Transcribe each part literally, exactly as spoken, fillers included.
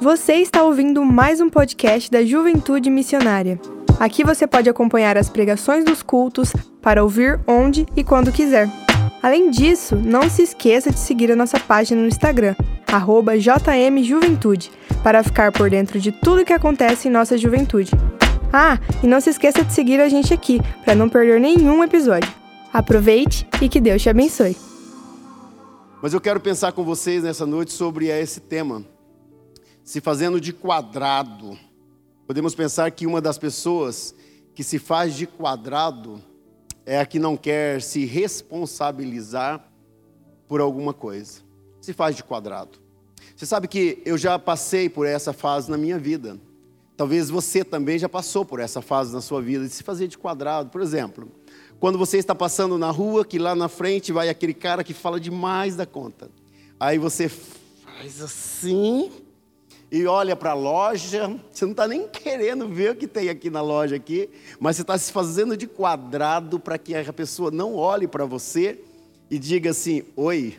Você está ouvindo mais um podcast da Juventude Missionária. Aqui você pode acompanhar as pregações dos cultos para ouvir onde e quando quiser. Além disso, não se esqueça de seguir a nossa página no Instagram, arroba J M Juventude, para ficar por dentro de tudo que acontece em nossa juventude. Ah, e não se esqueça de seguir a gente aqui, para não perder nenhum episódio. Aproveite e que Deus te abençoe. Mas eu quero pensar com vocês nessa noite sobre esse tema, se fazendo de quadrado. Podemos pensar que uma das pessoas que se faz de quadrado é a que não quer se responsabilizar por alguma coisa. Se faz de quadrado. Você sabe que eu já passei por essa fase na minha vida. Talvez você também já passou por essa fase na sua vida, de se fazer de quadrado. Por exemplo, quando você está passando na rua, que lá na frente vai aquele cara que fala demais da conta. Aí você faz assim e olha para a loja, você não está nem querendo ver o que tem aqui na loja, aqui, mas você está se fazendo de quadrado para que a pessoa não olhe para você e diga assim, oi.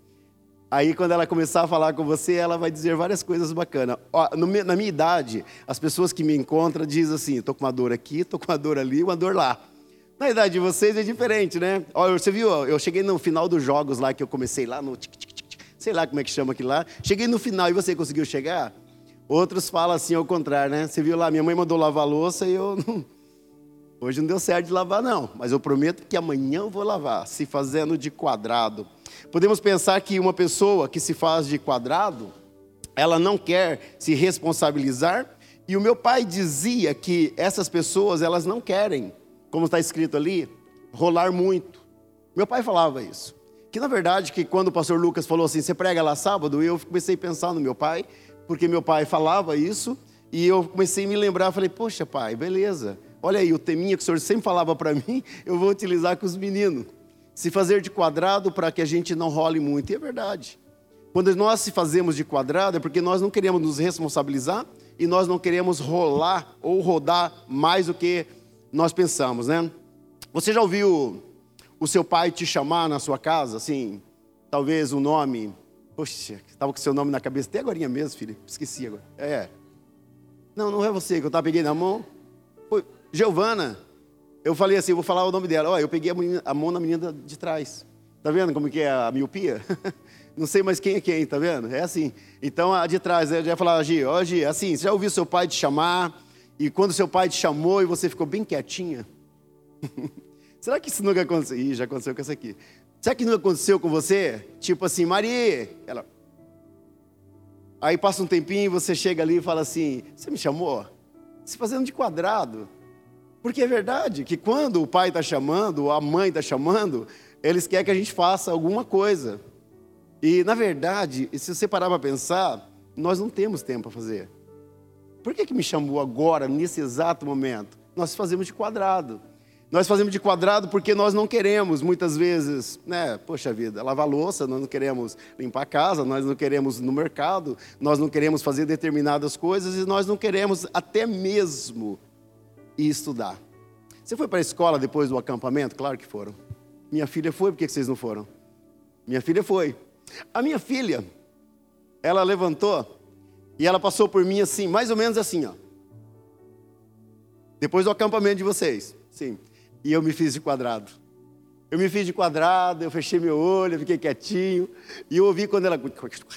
Aí quando ela começar a falar com você, ela vai dizer várias coisas bacanas. Ó, no, na minha idade, as pessoas que me encontram dizem assim, estou com uma dor aqui, estou com uma dor ali, uma dor lá. Na idade de vocês é diferente, né? Ó, você viu, eu cheguei no final dos jogos lá, que eu comecei lá no tic, tic, tic, sei lá como é que chama aquilo lá. Cheguei no final e você conseguiu chegar? Outros falam assim ao contrário, né? Você viu lá, minha mãe mandou lavar a louça e eu... Não... Hoje não deu certo de lavar não, mas eu prometo que amanhã eu vou lavar, se fazendo de quadrado. Podemos pensar que uma pessoa que se faz de quadrado, ela não quer se responsabilizar. E o meu pai dizia que essas pessoas, elas não querem, como está escrito ali, rolar muito. Meu pai falava isso. Que na verdade, que quando o pastor Lucas falou assim, você prega lá sábado, eu comecei a pensar no meu pai, porque meu pai falava isso, e eu comecei a me lembrar, falei, poxa pai, beleza, olha aí, o teminha que o senhor sempre falava para mim, eu vou utilizar com os meninos. Se fazer de quadrado para que a gente não role muito, e é verdade. Quando nós se fazemos de quadrado, é porque nós não queremos nos responsabilizar, e nós não queremos rolar ou rodar mais do que nós pensamos, né? Você já ouviu o seu pai te chamar na sua casa, assim, talvez o nome... Poxa, estava com o seu nome na cabeça até agora mesmo, filho. Esqueci agora. É. Não, não é você que eu tava, peguei na mão. Foi Giovana. Eu falei assim, eu vou falar o nome dela. Olha, eu peguei a, menina, a mão na menina de trás. Tá vendo como que é a miopia? Não sei mais quem é quem, tá vendo? É assim. Então, a de trás, eu já ia falar, Gi, ó, Gi, assim, você já ouviu seu pai te chamar? E quando seu pai te chamou e você ficou bem quietinha? Será que isso nunca aconteceu? Ih, já aconteceu com essa aqui. Será que não aconteceu com você? Tipo assim, Maria, ela... Aí passa um tempinho e você chega ali e fala assim, você me chamou? Se fazendo de quadrado. Porque é verdade que quando o pai está chamando, a mãe está chamando, eles querem que a gente faça alguma coisa. E na verdade, se você parar para pensar, nós não temos tempo para fazer. Por que que me chamou agora, nesse exato momento? Nós fazemos de quadrado. Nós fazemos de quadrado porque nós não queremos, muitas vezes, né, poxa vida, lavar louça, nós não queremos limpar a casa, nós não queremos ir no mercado, nós não queremos fazer determinadas coisas e nós não queremos até mesmo ir estudar. Você foi para a escola depois do acampamento? Claro que foram. Minha filha foi, por que vocês não foram? Minha filha foi. A minha filha, ela levantou e ela passou por mim assim, mais ou menos assim, ó. Depois do acampamento de vocês, sim. E eu me fiz de quadrado. Eu me fiz de quadrado, eu fechei meu olho, eu fiquei quietinho. E eu ouvi quando ela...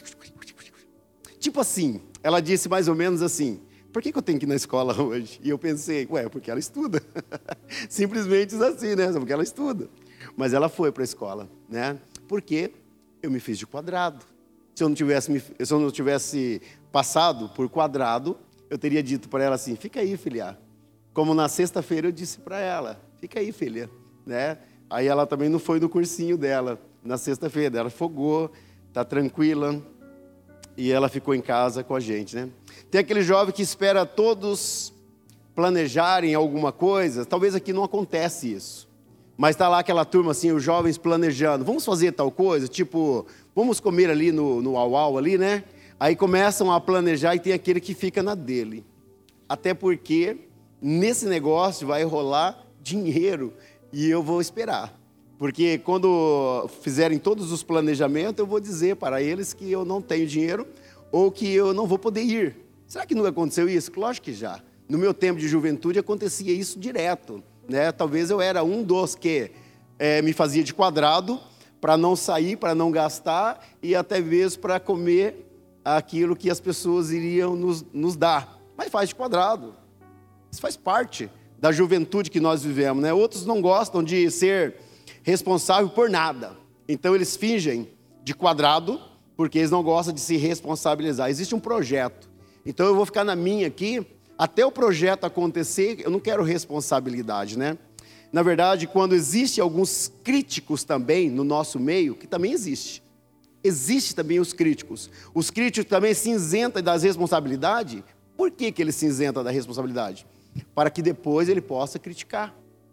Tipo assim, ela disse mais ou menos assim, por que que eu tenho que ir na escola hoje? E eu pensei, ué, porque ela estuda. Simplesmente assim, né? Porque ela estuda. Mas ela foi para a escola, né? Porque eu me fiz de quadrado. Se eu não tivesse, se eu não tivesse passado por quadrado, eu teria dito para ela assim, fica aí, filha. Como na sexta-feira eu disse para ela, fica aí, filha, né? Aí ela também não foi no cursinho dela, na sexta-feira, ela fogou, tá tranquila, e ela ficou em casa com a gente, né? Tem aquele jovem que espera todos planejarem alguma coisa, talvez aqui não acontece isso, mas tá lá aquela turma assim, os jovens planejando, vamos fazer tal coisa, tipo, vamos comer ali no, no au-au ali, né? Aí começam a planejar e tem aquele que fica na dele, até porque... Nesse negócio vai rolar dinheiro e eu vou esperar. Porque quando fizerem todos os planejamentos, eu vou dizer para eles que eu não tenho dinheiro ou que eu não vou poder ir. Será que nunca aconteceu isso? Lógico que já. No meu tempo de juventude acontecia isso direto, né? Talvez eu era um dos que é, me fazia de quadrado para não sair, para não gastar e até mesmo para comer aquilo que as pessoas iriam nos, nos dar. Mas faz de quadrado. Isso faz parte da juventude que nós vivemos, né? Outros não gostam de ser responsável por nada. Então eles fingem de quadrado porque eles não gostam de se responsabilizar. Existe um projeto. Então eu vou ficar na minha aqui. Até o projeto acontecer, eu não quero responsabilidade, né? Na verdade, quando existem alguns críticos também no nosso meio, que também existe. Existe também os críticos. Os críticos também se isentam das responsabilidades. Por que que eles se isentam da responsabilidade? Para que depois ele possa criticar.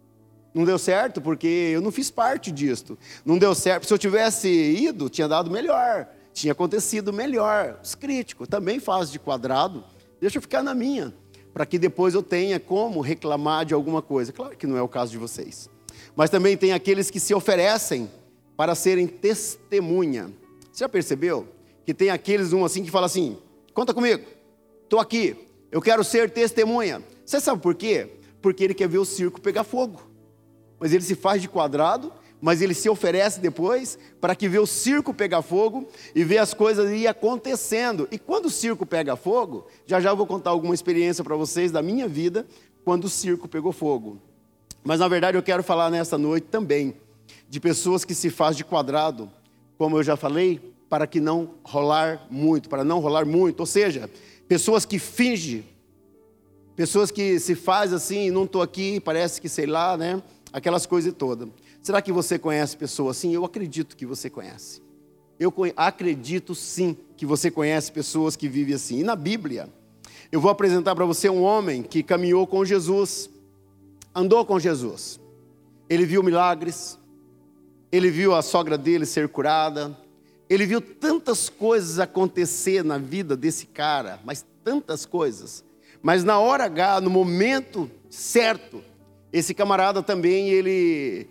Não deu certo porque eu não fiz parte disso. Não deu certo. Se eu tivesse ido, tinha dado melhor. Tinha acontecido melhor. Os críticos também fazem de quadrado. Deixa eu ficar na minha, para que depois eu tenha como reclamar de alguma coisa. Claro que não é o caso de vocês. Mas também tem aqueles que se oferecem para serem testemunha. Você já percebeu? Que tem aqueles um assim que fala assim, conta comigo, estou aqui, eu quero ser testemunha. Você sabe por quê? Porque ele quer ver o circo pegar fogo. Mas ele se faz de quadrado, mas ele se oferece depois para que vê o circo pegar fogo e vê as coisas ir acontecendo. E quando o circo pega fogo, já já eu vou contar alguma experiência para vocês da minha vida, quando o circo pegou fogo. Mas na verdade eu quero falar nessa noite também de pessoas que se fazem de quadrado, como eu já falei, para que não rolar muito, para não rolar muito. Ou seja, pessoas que fingem, pessoas que se fazem assim, não estou aqui, parece que sei lá, né? Aquelas coisas todas. Será que você conhece pessoas assim? Eu acredito que você conhece. Eu conhe... acredito sim que você conhece pessoas que vivem assim. E na Bíblia, eu vou apresentar para você um homem que caminhou com Jesus, andou com Jesus. Ele viu milagres, ele viu a sogra dele ser curada, ele viu tantas coisas acontecer na vida desse cara, mas tantas coisas. Mas na hora H, no momento certo, esse camarada também, ele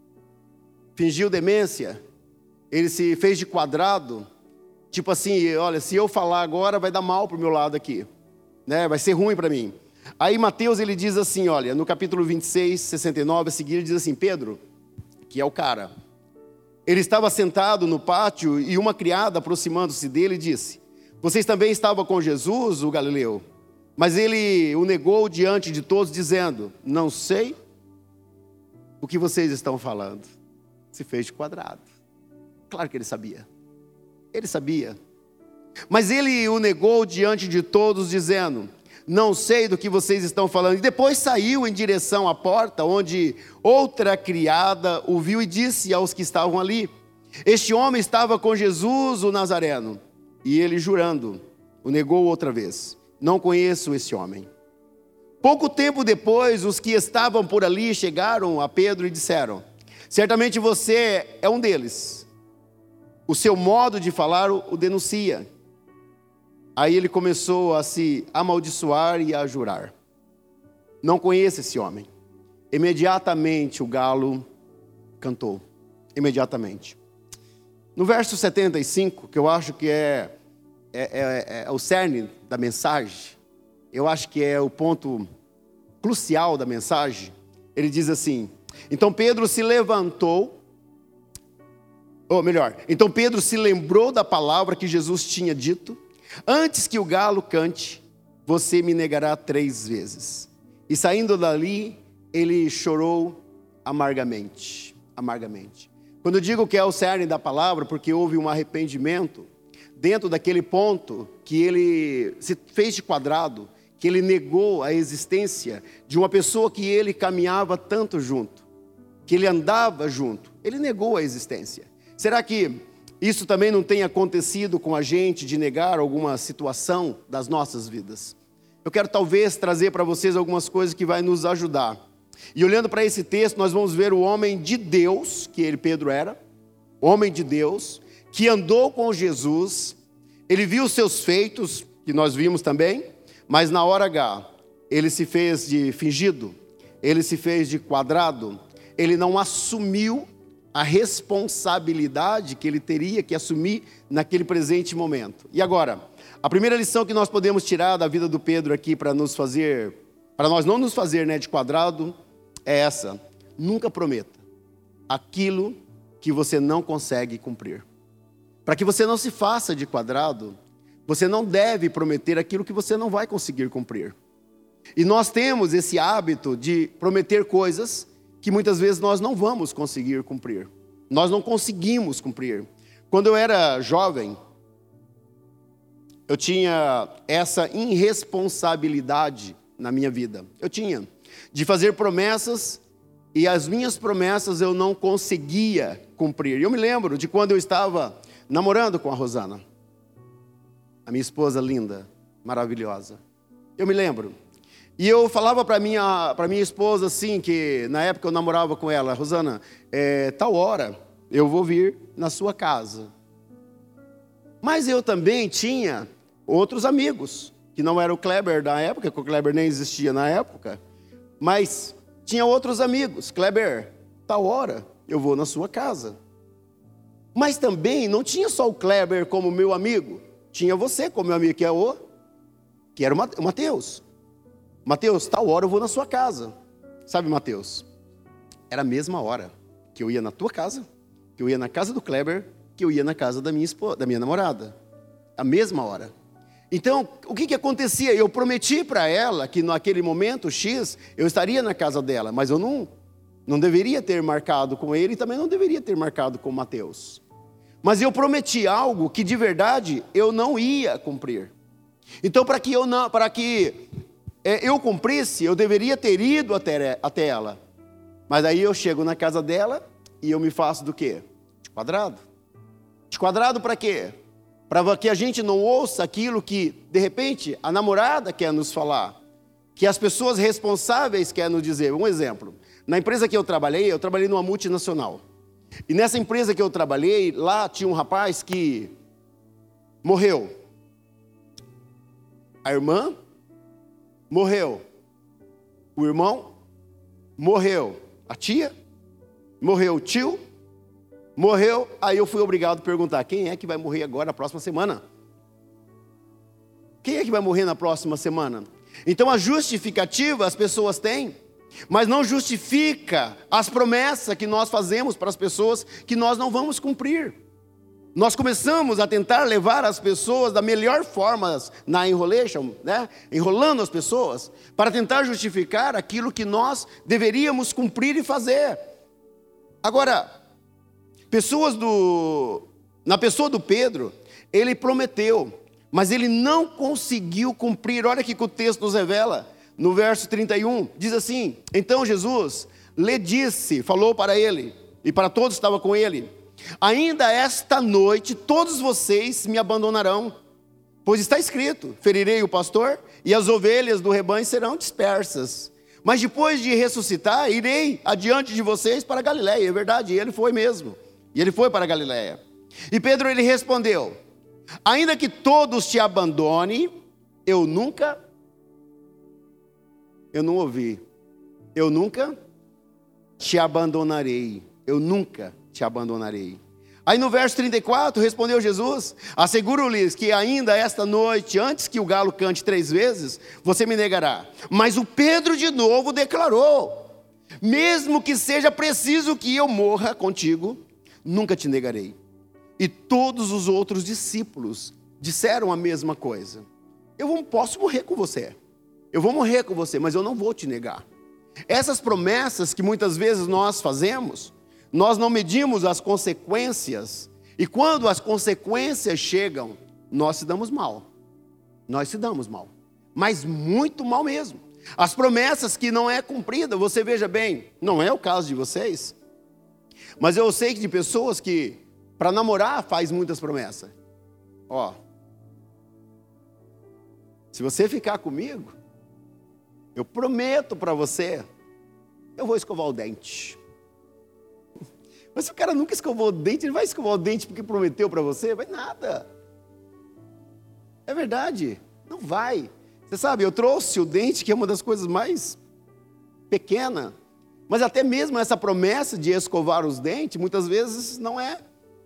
fingiu demência, ele se fez de quadrado, tipo assim, olha, se eu falar agora vai dar mal para o meu lado aqui, né? Vai ser ruim para mim. Aí Mateus, ele diz assim, olha, no capítulo vinte e seis, sessenta e nove, a seguir, ele diz assim, Pedro, que é o cara, ele estava sentado no pátio e uma criada, aproximando-se dele, disse, vocês também estavam com Jesus, o Galileu? Mas ele o negou diante de todos, dizendo, não sei o que vocês estão falando. Se fez de quadrado. Claro que ele sabia. Ele sabia. Mas ele o negou diante de todos, dizendo, não sei do que vocês estão falando. E depois saiu em direção à porta, onde outra criada o viu e disse aos que estavam ali, este homem estava com Jesus, o Nazareno. E ele, jurando, o negou outra vez. Não conheço esse homem. Pouco tempo depois, os que estavam por ali chegaram a Pedro e disseram, certamente você é um deles. O seu modo de falar o denuncia. Aí ele começou a se amaldiçoar e a jurar. Não conheço esse homem. Imediatamente o galo cantou. Imediatamente. No verso setenta e cinco, que eu acho que é, é, é, é o cerne da mensagem, eu acho que é o ponto crucial da mensagem, ele diz assim, então Pedro se levantou, ou melhor, então Pedro se lembrou da palavra que Jesus tinha dito, antes que o galo cante, você me negará três vezes. E saindo dali, ele chorou amargamente, amargamente. Quando eu digo que é o cerne da palavra, porque houve um arrependimento, dentro daquele ponto que ele se fez de quadrado, que ele negou a existência de uma pessoa que ele caminhava tanto junto, que ele andava junto, ele negou a existência. Será que isso também não tem acontecido com a gente, de negar alguma situação das nossas vidas? Eu quero talvez trazer para vocês algumas coisas que vai nos ajudar. E olhando para esse texto, nós vamos ver o homem de Deus, que ele, Pedro era, homem de Deus, que andou com Jesus, ele viu os seus feitos, que nós vimos também, mas na hora H, ele se fez de fingido, ele se fez de quadrado, ele não assumiu a responsabilidade que ele teria que assumir naquele presente momento. E agora, a primeira lição que nós podemos tirar da vida do Pedro aqui para nos fazer, para nós não nos fazer, né, de quadrado, é essa: nunca prometa aquilo que você não consegue cumprir. Para que você não se faça de quadrado, você não deve prometer aquilo que você não vai conseguir cumprir. E nós temos esse hábito de prometer coisas que muitas vezes nós não vamos conseguir cumprir. Nós não conseguimos cumprir. Quando eu era jovem, eu tinha essa irresponsabilidade na minha vida. Eu tinha de fazer promessas e as minhas promessas eu não conseguia cumprir. Eu me lembro de quando eu estava namorando com a Rosana, a minha esposa linda, maravilhosa. Eu me lembro. E eu falava para minha, para minha esposa assim, que na época eu namorava com ela: Rosana, é, tal hora eu vou vir na sua casa. Mas eu também tinha outros amigos, que não era o Kleber da época, porque o Kleber nem existia na época, mas tinha outros amigos. Kleber, tal hora eu vou na sua casa. Mas também não tinha só o Kleber como meu amigo, tinha você como meu amigo, que é o, que era o Mateus. Mateus, tal hora eu vou na sua casa. Sabe, Mateus, era a mesma hora que eu ia na tua casa, que eu ia na casa do Kleber, que eu ia na casa da minha esposa, da minha namorada. A mesma hora. Então, o que que acontecia? Eu prometi para ela que naquele momento X, eu estaria na casa dela, mas eu não, não deveria ter marcado com ele e também não deveria ter marcado com o Mateus. Mas eu prometi algo que de verdade eu não ia cumprir. Então, para que eu não, para que é, eu cumprisse, eu deveria ter ido até, até ela. Mas aí eu chego na casa dela e eu me faço do quê? De quadrado. De quadrado para quê? Para que a gente não ouça aquilo que, de repente, a namorada quer nos falar, que as pessoas responsáveis querem nos dizer. Um exemplo, na empresa que eu trabalhei, eu trabalhei numa multinacional. E nessa empresa que eu trabalhei, lá tinha um rapaz que morreu. A irmã morreu. O irmão morreu. A tia morreu. O tio morreu. Aí eu fui obrigado a perguntar: quem é que vai morrer agora na próxima semana? Quem é que vai morrer na próxima semana? Então a justificativa as pessoas têm, mas não justifica as promessas que nós fazemos para as pessoas que nós não vamos cumprir. Nós começamos a tentar levar as pessoas da melhor forma na enrolation, né? Enrolando as pessoas, para tentar justificar aquilo que nós deveríamos cumprir e fazer. Agora, pessoas do, na pessoa do Pedro, ele prometeu, mas ele não conseguiu cumprir. Olha o que o texto nos revela. No verso trinta e um, diz assim: então Jesus lhe disse, falou para ele, e para todos que estavam com ele: ainda esta noite todos vocês me abandonarão, pois está escrito: ferirei o pastor, e as ovelhas do rebanho serão dispersas. Mas depois de ressuscitar, irei adiante de vocês para Galiléia. É verdade, ele foi mesmo, e ele foi para Galiléia. E Pedro, ele respondeu: ainda que todos te abandonem, eu nunca... Eu não ouvi. Eu nunca te abandonarei. Eu nunca te abandonarei. Aí no verso trinta e quatro, respondeu Jesus: asseguro-lhes que ainda esta noite, antes que o galo cante três vezes, você me negará. Mas o Pedro de novo declarou: mesmo que seja preciso que eu morra contigo, nunca te negarei. E todos os outros discípulos disseram a mesma coisa: eu não posso morrer com você. Eu vou morrer com você, mas eu não vou te negar. Essas promessas que muitas vezes nós fazemos, nós não medimos as consequências. E quando as consequências chegam, nós se damos mal. Nós se damos mal. Mas muito mal mesmo. As promessas que não é cumprida, você veja bem, não é o caso de vocês. Mas eu sei que de pessoas que, para namorar, faz muitas promessas. Ó, se você ficar comigo, eu prometo para você, eu vou escovar o dente. Mas se o cara nunca escovou o dente, ele vai escovar o dente porque prometeu para você? Vai nada. É verdade, não vai. Você sabe, eu trouxe o dente, que é uma das coisas mais pequenas, Mas até mesmo essa promessa de escovar os dentes, muitas vezes não é.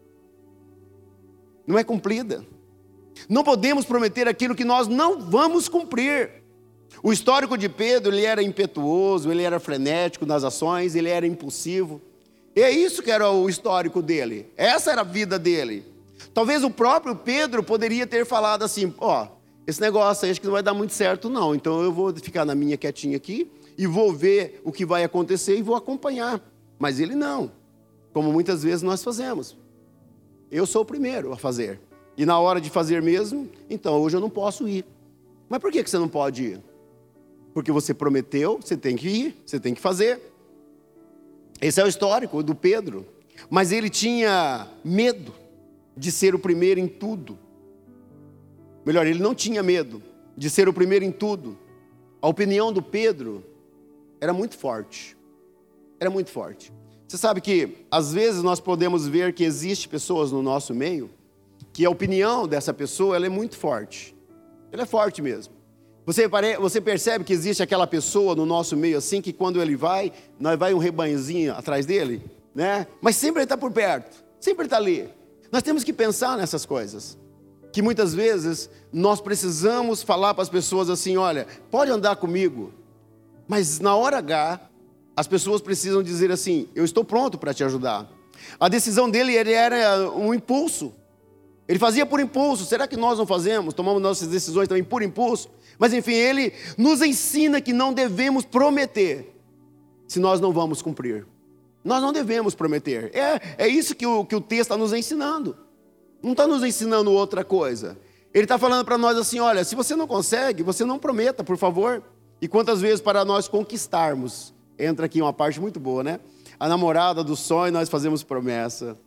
Não é cumprida. Não podemos prometer aquilo que nós não vamos cumprir. O histórico de Pedro, ele era impetuoso, ele era frenético nas ações, ele era impulsivo. E é isso que era o histórico dele. Essa era a vida dele. Talvez o próprio Pedro poderia ter falado assim, ó, oh, esse negócio aí acho que não vai dar muito certo não, então eu vou ficar na minha quietinha aqui e vou ver o que vai acontecer e vou acompanhar. Mas ele não, como muitas vezes nós fazemos. Eu sou o primeiro a fazer. E na hora de fazer mesmo, então hoje eu não posso ir. Mas por que você não pode ir? Porque você prometeu, você tem que ir, você tem que fazer. Esse é o histórico do Pedro. Mas ele tinha medo de ser o primeiro em tudo. Melhor, ele não tinha medo de ser o primeiro em tudo. A opinião do Pedro era muito forte. Era muito forte. Você sabe que, às vezes, nós podemos ver que existe pessoas no nosso meio, que a opinião dessa pessoa ela é muito forte. Ela é forte mesmo. Você, você percebe que existe aquela pessoa no nosso meio assim, que quando ele vai, nós vai um rebanhozinho atrás dele, né? Mas sempre ele está por perto, sempre ele está ali. Nós temos que pensar nessas coisas. Que muitas vezes nós precisamos falar para as pessoas assim, olha, pode andar comigo, mas na hora H, as pessoas precisam dizer assim, eu estou pronto para te ajudar. A decisão dele ele era um impulso. Ele fazia por impulso. Será que nós não fazemos? Tomamos nossas decisões também por impulso? Mas enfim, ele nos ensina que não devemos prometer se nós não vamos cumprir. Nós não devemos prometer. É, é isso que o, que o texto está nos ensinando. Não está nos ensinando outra coisa. Ele está falando para nós assim, olha, se você não consegue, você não prometa, por favor. E quantas vezes para nós conquistarmos, entra aqui uma parte muito boa, né? A namorada do sonho, nós fazemos promessa.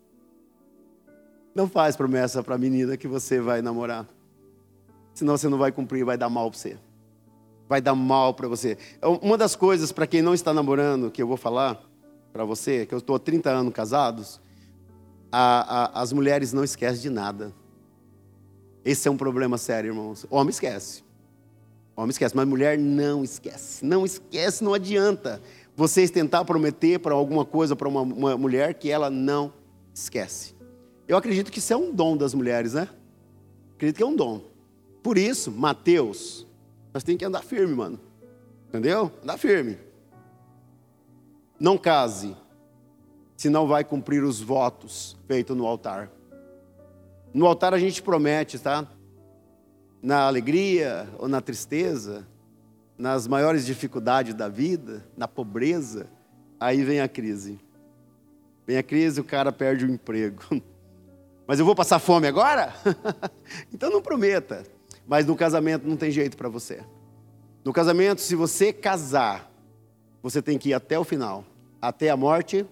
Não faz promessa para a menina que você vai namorar. Senão você não vai cumprir, vai dar mal para você. Vai dar mal para você. Uma das coisas, para quem não está namorando, que eu vou falar para você, que eu estou há trinta anos casados, a, a, as mulheres não esquecem de nada. Esse é um problema sério, irmãos. Homem esquece. Homem esquece, mas mulher não esquece. Não esquece, não adianta vocês tentar prometer para alguma coisa para uma, uma mulher que ela não esquece. Eu acredito que isso é um dom das mulheres, né? Acredito que é um dom. Por isso, Mateus, nós temos que andar firme, mano. Entendeu? Andar firme. Não case, se não vai cumprir os votos feitos no altar. No altar a gente promete, tá? Na alegria ou na tristeza, nas maiores dificuldades da vida, na pobreza, aí vem a crise. Vem a crise e o cara perde o emprego. Mas eu vou passar fome agora? Então não prometa. Mas no casamento não tem jeito para você. No casamento, se você casar, você tem que ir até o final. Até a morte.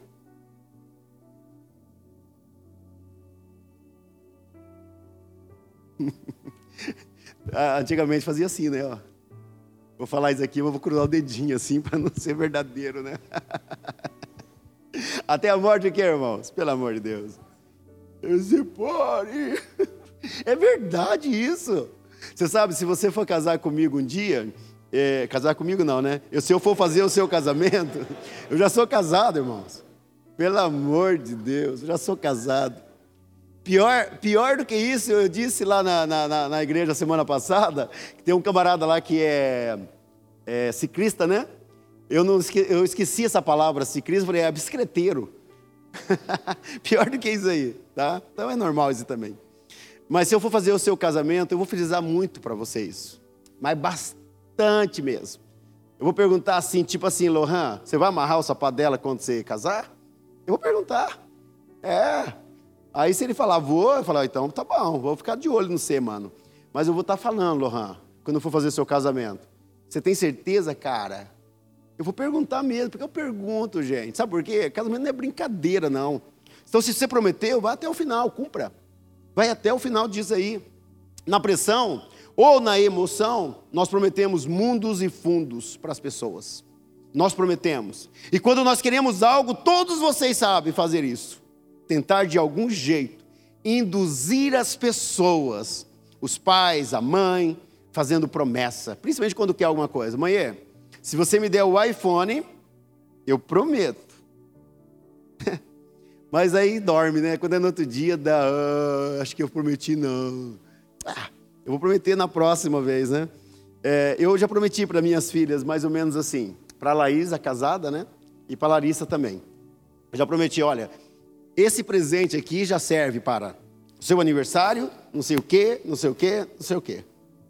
Antigamente fazia assim, né? Ó. Vou falar isso aqui, mas vou cruzar o dedinho assim para não ser verdadeiro, né? Até a morte aqui, irmãos. Pelo amor de Deus. Esse pare. É verdade isso. Você sabe, se você for casar comigo um dia, é, casar comigo não, né? Eu, se eu for fazer o seu casamento, eu já sou casado, irmãos. Pelo amor de Deus, eu já sou casado. Pior, pior do que isso, eu disse lá na, na, na igreja semana passada, que tem um camarada lá que é, é ciclista, né? Eu, não esque, eu esqueci essa palavra, ciclista, falei, é bicicleteiro. Pior do que isso aí, tá? Então é normal isso também. Mas se eu for fazer o seu casamento, eu vou frisar muito para vocês. Mas bastante mesmo. Eu vou perguntar assim, tipo assim, Lohan, você vai amarrar o sapato dela quando você casar? Eu vou perguntar. É. Aí se ele falar, vou, eu falar, então tá bom, vou ficar de olho no você, mano. Mas eu vou estar falando, Lohan, quando eu for fazer o seu casamento. Você tem certeza, cara? Eu vou perguntar mesmo, porque eu pergunto, gente. Sabe por quê? Casamento não é brincadeira, não. Então, se você prometeu, vai até o final, cumpra. Vai até o final disso aí. Na pressão ou na emoção, nós prometemos mundos e fundos para as pessoas. Nós prometemos. E quando nós queremos algo, todos vocês sabem fazer isso. Tentar de algum jeito induzir as pessoas, os pais, a mãe, fazendo promessa. Principalmente quando quer alguma coisa. Mãe, se você me der o iPhone, Eu prometo. Mas aí dorme, né? Quando é no outro dia, dá, ah, acho que eu prometi não. Ah, eu vou prometer na próxima vez, né? É, eu já prometi para minhas filhas, mais ou menos assim, para a Laís, a casada, né? E para a Larissa também. Eu já prometi, olha, esse presente aqui já serve para o seu aniversário, não sei o quê, não sei o quê, não sei o quê.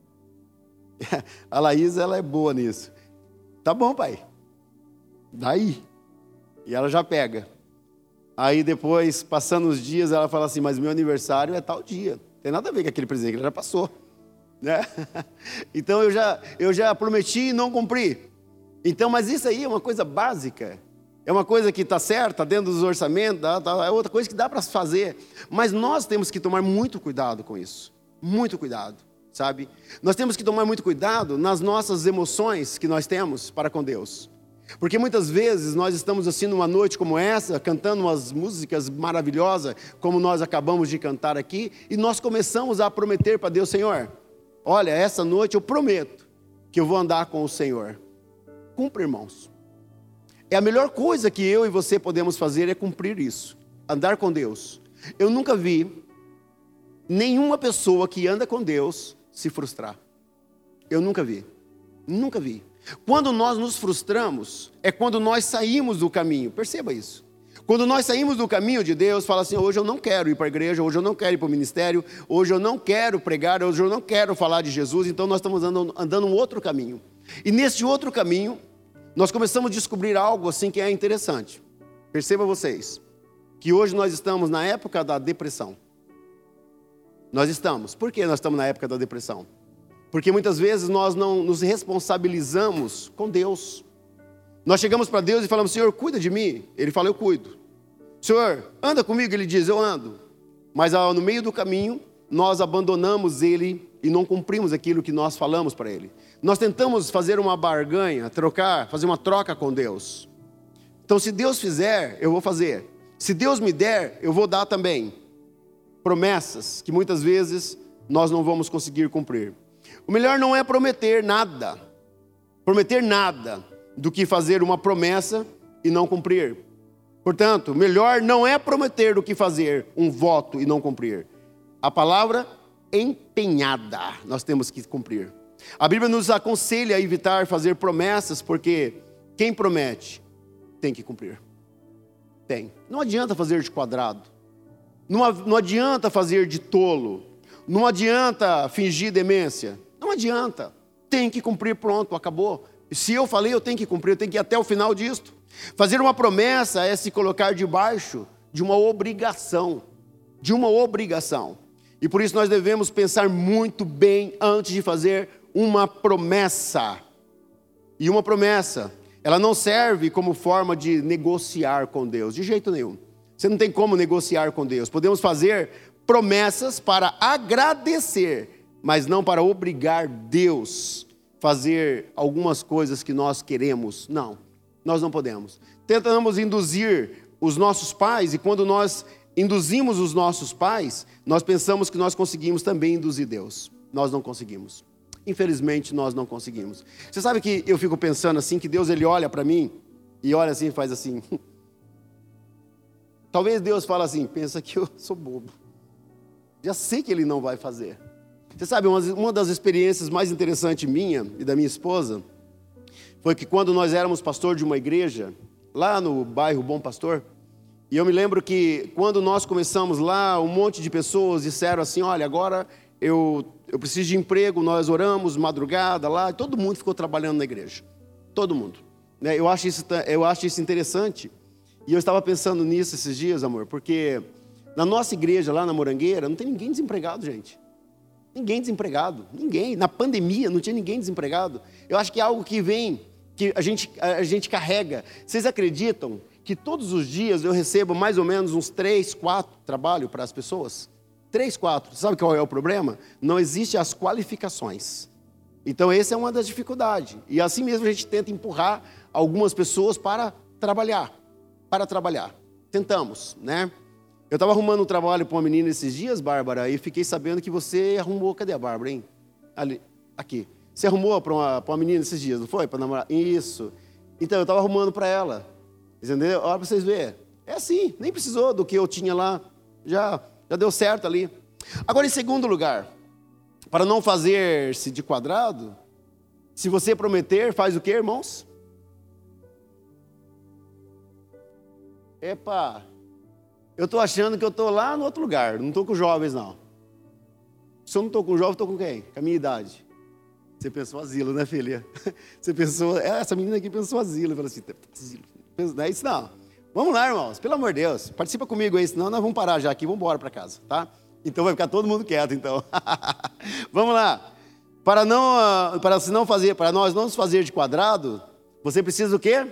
A Laís, ela é boa nisso. Tá bom, pai. Daí. E ela já pega. Aí depois, passando os dias, ela fala assim, mas meu aniversário é tal dia. Não tem nada a ver com aquele presente, ele já passou. Né? Então eu já, eu já prometi e não cumpri. Então, mas isso aí é uma coisa básica. É uma coisa que está certa, está dentro dos orçamentos, tá, tá, é outra coisa que dá para fazer. Mas nós temos que tomar muito cuidado com isso. Muito cuidado, sabe? Nós temos que tomar muito cuidado nas nossas emoções que nós temos para com Deus. Porque muitas vezes nós estamos assim numa noite como essa, cantando umas músicas maravilhosas, como nós acabamos de cantar aqui, e nós começamos a prometer para Deus, Senhor, olha, essa noite eu prometo que eu vou andar com o Senhor. Cumpra, irmãos. É a melhor coisa que eu e você podemos fazer é cumprir isso, andar com Deus. Eu nunca vi nenhuma pessoa que anda com Deus se frustrar. Eu nunca vi, nunca vi. Quando nós nos frustramos, é quando nós saímos do caminho, perceba isso. Quando nós saímos do caminho de Deus, fala assim, hoje eu não quero ir para a igreja, hoje eu não quero ir para o ministério, hoje eu não quero pregar, hoje eu não quero falar de Jesus, então nós estamos andando, andando um outro caminho. E nesse outro caminho, nós começamos a descobrir algo assim que é interessante. Perceba vocês, que hoje nós estamos na época da depressão. Nós estamos. Por que nós estamos na época da depressão? Porque muitas vezes nós não nos responsabilizamos com Deus. Nós chegamos para Deus e falamos, Senhor, cuida de mim. Ele fala, eu cuido. Senhor, anda comigo. Ele diz, eu ando. Mas no meio do caminho, nós abandonamos Ele e não cumprimos aquilo que nós falamos para Ele. Nós tentamos fazer uma barganha, trocar, fazer uma troca com Deus. Então, se Deus fizer, eu vou fazer. Se Deus me der, eu vou dar também. Promessas que muitas vezes nós não vamos conseguir cumprir. O melhor não é prometer nada, prometer nada, do que fazer uma promessa e não cumprir. Portanto, melhor não é prometer do que fazer um voto e não cumprir. A palavra empenhada nós temos que cumprir. A Bíblia nos aconselha a evitar fazer promessas, porque quem promete tem que cumprir. Tem. Não adianta fazer de quadrado. Não, não adianta fazer de tolo. Não adianta fingir demência. Não adianta. Tem que cumprir, pronto, acabou. Se eu falei, eu tenho que cumprir, eu tenho que ir até o final disto. Fazer uma promessa é se colocar debaixo de uma obrigação. De uma obrigação. E por isso nós devemos pensar muito bem antes de fazer uma promessa. E uma promessa, ela não serve como forma de negociar com Deus, de jeito nenhum. Você não tem como negociar com Deus. Podemos fazer promessas para agradecer, mas não para obrigar Deus a fazer algumas coisas que nós queremos. Não, nós não podemos. Tentamos induzir os nossos pais, e quando nós induzimos os nossos pais, nós pensamos que nós conseguimos também induzir Deus. Nós não conseguimos. Infelizmente, nós não conseguimos. Você sabe que eu fico pensando assim, que Deus ele olha para mim, e olha assim e faz assim. Talvez Deus fale assim, pensa que eu sou bobo. Já sei que Ele não vai fazer. Você sabe, uma, uma das experiências mais interessantes minha e da minha esposa, foi que quando nós éramos pastor de uma igreja, lá no bairro Bom Pastor, e eu me lembro que quando nós começamos lá, um monte de pessoas disseram assim, olha, agora eu, eu preciso de emprego, nós oramos madrugada lá, e todo mundo ficou trabalhando na igreja. Todo mundo. Né? Eu acho isso, eu acho isso interessante. E eu estava pensando nisso esses dias, amor, porque na nossa igreja lá na Morangueira, não tem ninguém desempregado, gente. Ninguém desempregado, ninguém. Na pandemia não tinha ninguém desempregado. Eu acho que é algo que vem, que a gente, a gente carrega. Vocês acreditam que todos os dias eu recebo mais ou menos uns três, quatro trabalhos para as pessoas? Três, quatro. Sabe qual é o problema? Não existem as qualificações. Então essa é uma das dificuldades. E assim mesmo a gente tenta empurrar algumas pessoas para trabalhar. Para trabalhar. Tentamos, né? Eu estava arrumando um trabalho para uma menina esses dias, Bárbara, e fiquei sabendo que você arrumou. Cadê a Bárbara, hein? Ali, aqui. Você arrumou para uma, para uma menina esses dias, não foi? Para namorar? Isso. Então, eu estava arrumando para ela. Entendeu? Olha para vocês verem. É assim, nem precisou do que eu tinha lá. Já, já deu certo ali. Agora, em segundo lugar, para não fazer-se de quadrado, se você prometer, faz o quê, irmãos? Epa, eu estou achando que eu estou lá no outro lugar, não estou com jovens, não. Se eu não estou com jovens, estou com quem? Com a minha idade. Você pensou asilo, né, filha? Você pensou, essa menina aqui pensou asilo. Eu falei assim, asilo. Não é isso não. Vamos lá, irmãos, pelo amor de Deus. Participa comigo aí, senão nós vamos parar já aqui, vamos embora para casa, tá? Então vai ficar todo mundo quieto, então. Vamos lá. Para não, para se não fazer, para nós não nos fazer de quadrado, você precisa do quê?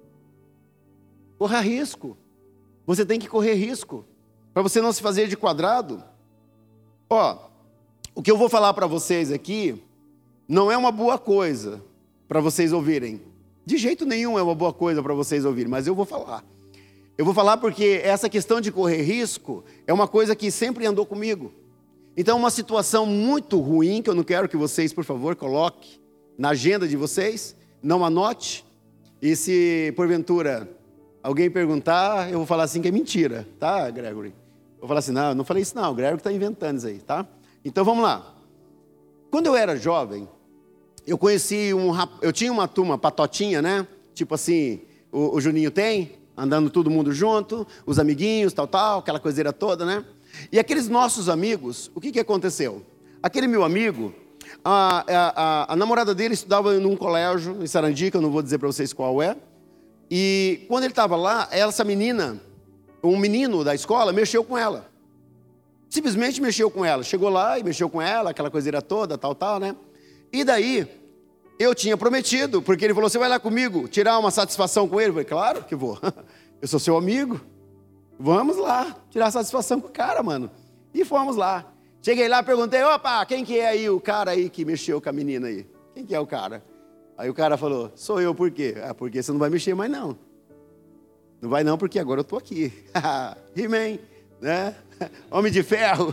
Correr risco. Você tem que correr risco. Para você não se fazer de quadrado. Ó, o que eu vou falar para vocês aqui não é uma boa coisa para vocês ouvirem. De jeito nenhum é uma boa coisa para vocês ouvirem, mas eu vou falar. Eu vou falar porque essa questão de correr risco é uma coisa que sempre andou comigo. Então, uma situação muito ruim, que eu não quero que vocês, por favor, coloquem na agenda de vocês, não anote. E se, porventura, alguém perguntar, eu vou falar assim que é mentira, tá, Gregory? Eu vou falar assim, não, eu não falei isso não, o Gregory está inventando isso aí, tá? Então, vamos lá. Quando eu era jovem, eu conheci um, eu tinha uma turma patotinha, né? Tipo assim, o, o Juninho tem, andando todo mundo junto, os amiguinhos, tal, tal, aquela coiseira toda, né? E aqueles nossos amigos, o que que aconteceu? Aquele meu amigo, a, a, a, a namorada dele estudava num colégio em Sarandi, que eu não vou dizer para vocês qual é, e quando ele estava lá, essa menina, um menino da escola, mexeu com ela. Simplesmente mexeu com ela. Chegou lá e mexeu com ela, aquela coiseira toda, tal, tal, né? E daí, eu tinha prometido, porque ele falou, você vai lá comigo tirar uma satisfação com ele? Eu falei, claro que vou. Eu sou seu amigo. Vamos lá, tirar satisfação com o cara, mano. E fomos lá. Cheguei lá, perguntei, opa, quem que é aí o cara aí que mexeu com a menina aí? Quem que é o cara? Aí o cara falou, sou eu, por quê? Ah, porque você não vai mexer mais não. Não vai não, porque agora eu tô aqui. He-Man, né? Homem de ferro.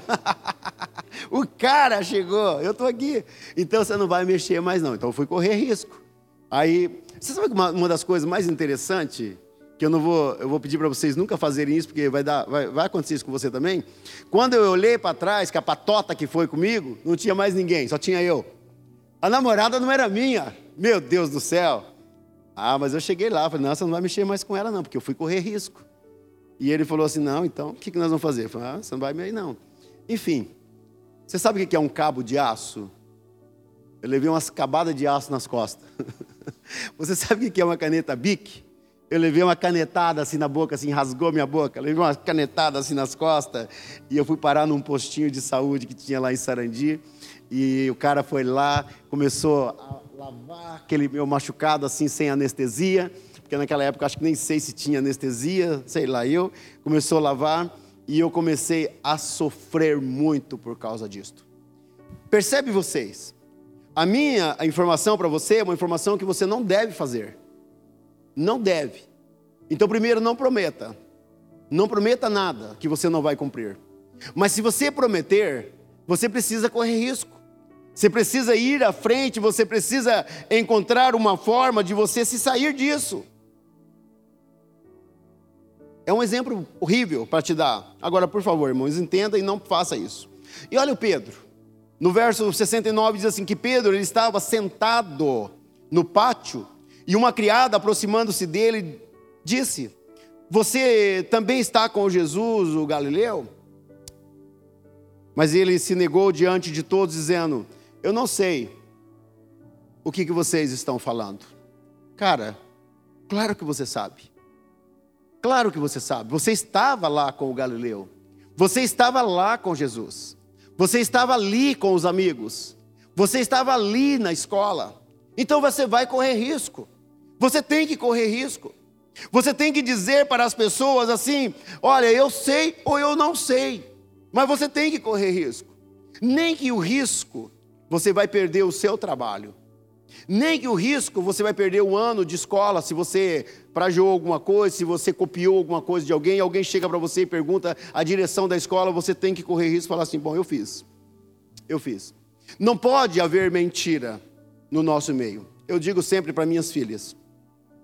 O cara chegou, eu tô aqui. Então você não vai mexer mais não. Então eu fui correr risco. Aí, você sabe uma, uma das coisas mais interessantes, que eu não vou, eu vou pedir para vocês nunca fazerem isso, porque vai, dar, vai, vai acontecer isso com você também. Quando eu olhei para trás, que a patota que foi comigo, não tinha mais ninguém, só tinha eu. A namorada não era minha. Meu Deus do céu. Ah, mas eu cheguei lá, falei, não, você não vai mexer mais com ela não, porque eu fui correr risco. E ele falou assim, não, então, o que, que nós vamos fazer? Eu falei, ah, você não vai me aí não. Enfim, você sabe o que é um cabo de aço? Eu levei umas cabadas de aço nas costas. Você sabe o que é uma caneta Bic? Eu levei uma canetada assim na boca, assim, rasgou minha boca. Eu levei uma canetada assim nas costas. E eu fui parar num postinho de saúde que tinha lá em Sarandi. E o cara foi lá, começou a lavar aquele meu machucado assim, sem anestesia. Porque naquela época, acho que nem sei se tinha anestesia, sei lá eu. Começou a lavar e eu comecei a sofrer muito por causa disto. Percebe vocês? A minha a informação para você é uma informação que você não deve fazer. Não deve. Então, primeiro, não prometa. Não prometa nada que você não vai cumprir. Mas se você prometer, você precisa correr risco. Você precisa ir à frente, você precisa encontrar uma forma de você se sair disso. É um exemplo horrível para te dar. Agora, por favor, irmãos, entenda e não faça isso. E olha o Pedro. No verso sessenta e nove diz assim, que Pedro ele estava sentado no pátio e uma criada aproximando-se dele disse, você também está com Jesus, o Galileu? Mas ele se negou diante de todos dizendo, eu não sei o que, que vocês estão falando. Cara, claro que você sabe. Claro que você sabe. Você estava lá com o Galileu. Você estava lá com Jesus. Você estava ali com os amigos. Você estava ali na escola. Então você vai correr risco. Você tem que correr risco. Você tem que dizer para as pessoas assim, olha, eu sei ou eu não sei. Mas você tem que correr risco. Nem que o risco, você vai perder o seu trabalho. Nem que o risco, você vai perder um ano de escola, se você plagiou alguma coisa, se você copiou alguma coisa de alguém, alguém chega para você e pergunta a direção da escola, você tem que correr risco e falar assim, bom, eu fiz. Eu fiz. Não pode haver mentira no nosso meio. Eu digo sempre para minhas filhas,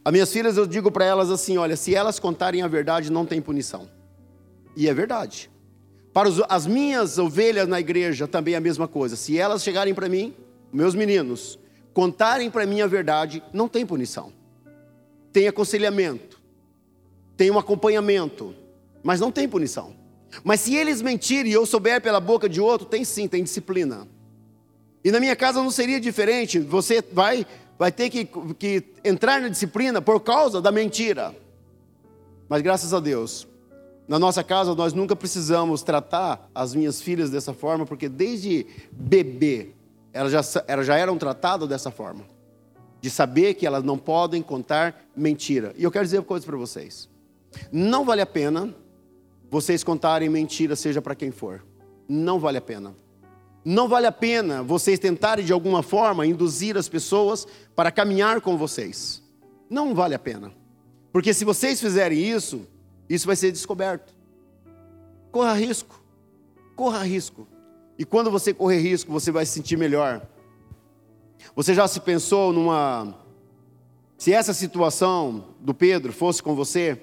As minhas filhas, eu digo para elas assim, olha, se elas contarem a verdade, não tem punição. E é verdade. Para os, as minhas ovelhas na igreja, também é a mesma coisa. Se elas chegarem para mim, meus meninos, contarem para mim a verdade, não tem punição. Tem aconselhamento, tem um acompanhamento, mas não tem punição. Mas se eles mentirem e eu souber pela boca de outro, tem sim, tem disciplina. E na minha casa não seria diferente. Você vai, vai ter que, que entrar na disciplina por causa da mentira. Mas graças a Deus, na nossa casa nós nunca precisamos tratar as minhas filhas dessa forma, porque desde bebê elas já, elas já eram tratadas dessa forma. De saber que elas não podem contar mentira. E eu quero dizer uma coisa para vocês. Não vale a pena vocês contarem mentira, seja para quem for. Não vale a pena. Não vale a pena vocês tentarem de alguma forma induzir as pessoas para caminhar com vocês. Não vale a pena. Porque se vocês fizerem isso, isso vai ser descoberto. Corra risco. Corra risco. E quando você correr risco, você vai se sentir melhor. Você já se pensou numa... Se essa situação do Pedro fosse com você,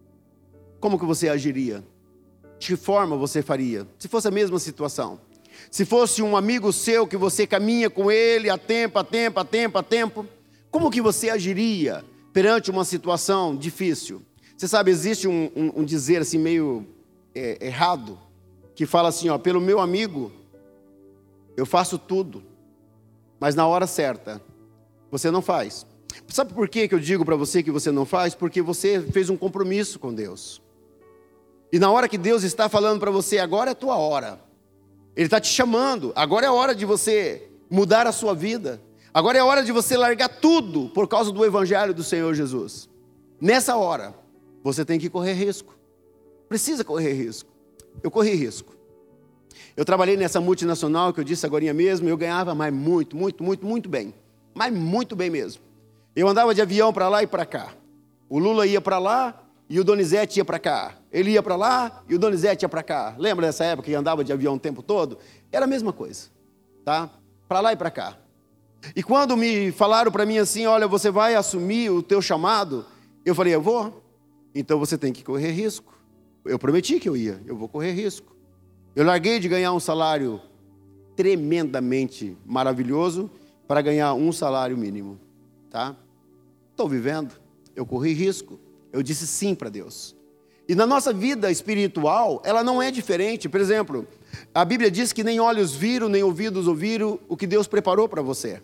como que você agiria? De que forma você faria? Se fosse a mesma situação. Se fosse um amigo seu que você caminha com ele há tempo, há tempo, há tempo, há tempo, como que você agiria perante uma situação difícil? Você sabe, existe um, um, um dizer assim meio é, errado, que fala assim, ó, pelo meu amigo, eu faço tudo. Mas na hora certa, você não faz. Sabe por que eu digo para você que você não faz? Porque você fez um compromisso com Deus. E na hora que Deus está falando para você, agora é a tua hora. Ele está te chamando. Agora é a hora de você mudar a sua vida. Agora é a hora de você largar tudo por causa do Evangelho do Senhor Jesus. Nessa hora, você tem que correr risco. Precisa correr risco. Eu corri risco. Eu trabalhei nessa multinacional que eu disse agora mesmo, eu ganhava mais muito, muito, muito, muito bem. Mas muito bem mesmo. Eu andava de avião para lá e para cá. O Lula ia para lá e o Donizete ia para cá. Ele ia para lá e o Donizete ia para cá. Lembra dessa época que andava de avião o tempo todo? Era a mesma coisa, tá? Para lá e para cá. E quando me falaram para mim assim, olha, você vai assumir o teu chamado, eu falei, eu vou. Então você tem que correr risco. Eu prometi que eu ia, eu vou correr risco. Eu larguei de ganhar um salário tremendamente maravilhoso para ganhar um salário mínimo, tá? Estou vivendo, eu corri risco, eu disse sim para Deus. E na nossa vida espiritual, ela não é diferente. Por exemplo, a Bíblia diz que nem olhos viram, nem ouvidos ouviram o que Deus preparou para você.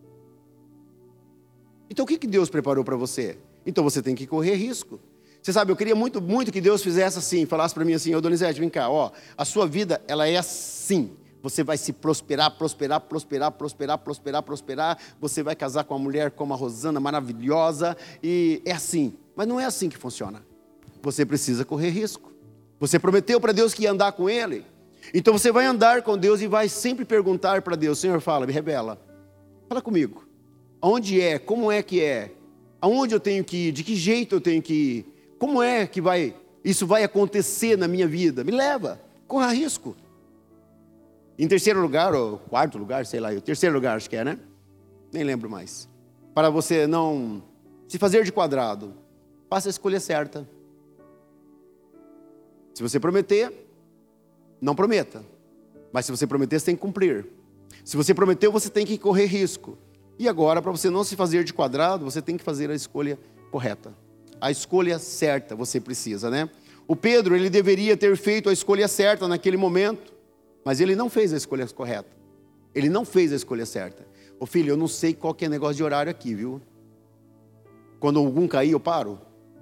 Então o que Deus preparou para você? Então você tem que correr risco. Você sabe, eu queria muito, muito que Deus fizesse assim, falasse para mim assim, ô Donizete, vem cá, ó, a sua vida, ela é assim, você vai se prosperar, prosperar, prosperar, prosperar, prosperar, prosperar, você vai casar com uma mulher como a Rosana, maravilhosa, e é assim, mas não é assim que funciona, você precisa correr risco, você prometeu para Deus que ia andar com Ele, então você vai andar com Deus e vai sempre perguntar para Deus, Senhor, fala, me revela, fala comigo, onde é, como é que é, aonde eu tenho que ir, de que jeito eu tenho que ir, como é que vai, isso vai acontecer na minha vida? Me leva, corra risco. Em terceiro lugar, ou quarto lugar, sei lá, o terceiro lugar acho que é, né? Nem lembro mais. Para você não se fazer de quadrado, faça a escolha certa. Se você prometer, não prometa. Mas se você prometer, você tem que cumprir. Se você prometeu, você tem que correr risco. E agora, para você não se fazer de quadrado, você tem que fazer a escolha correta. A escolha certa você precisa, né? O Pedro, ele deveria ter feito a escolha certa naquele momento, mas ele não fez a escolha correta. Ele não fez a escolha certa. Ô filho, eu não sei qual que é negócio de horário aqui, viu? Quando algum cair, eu paro.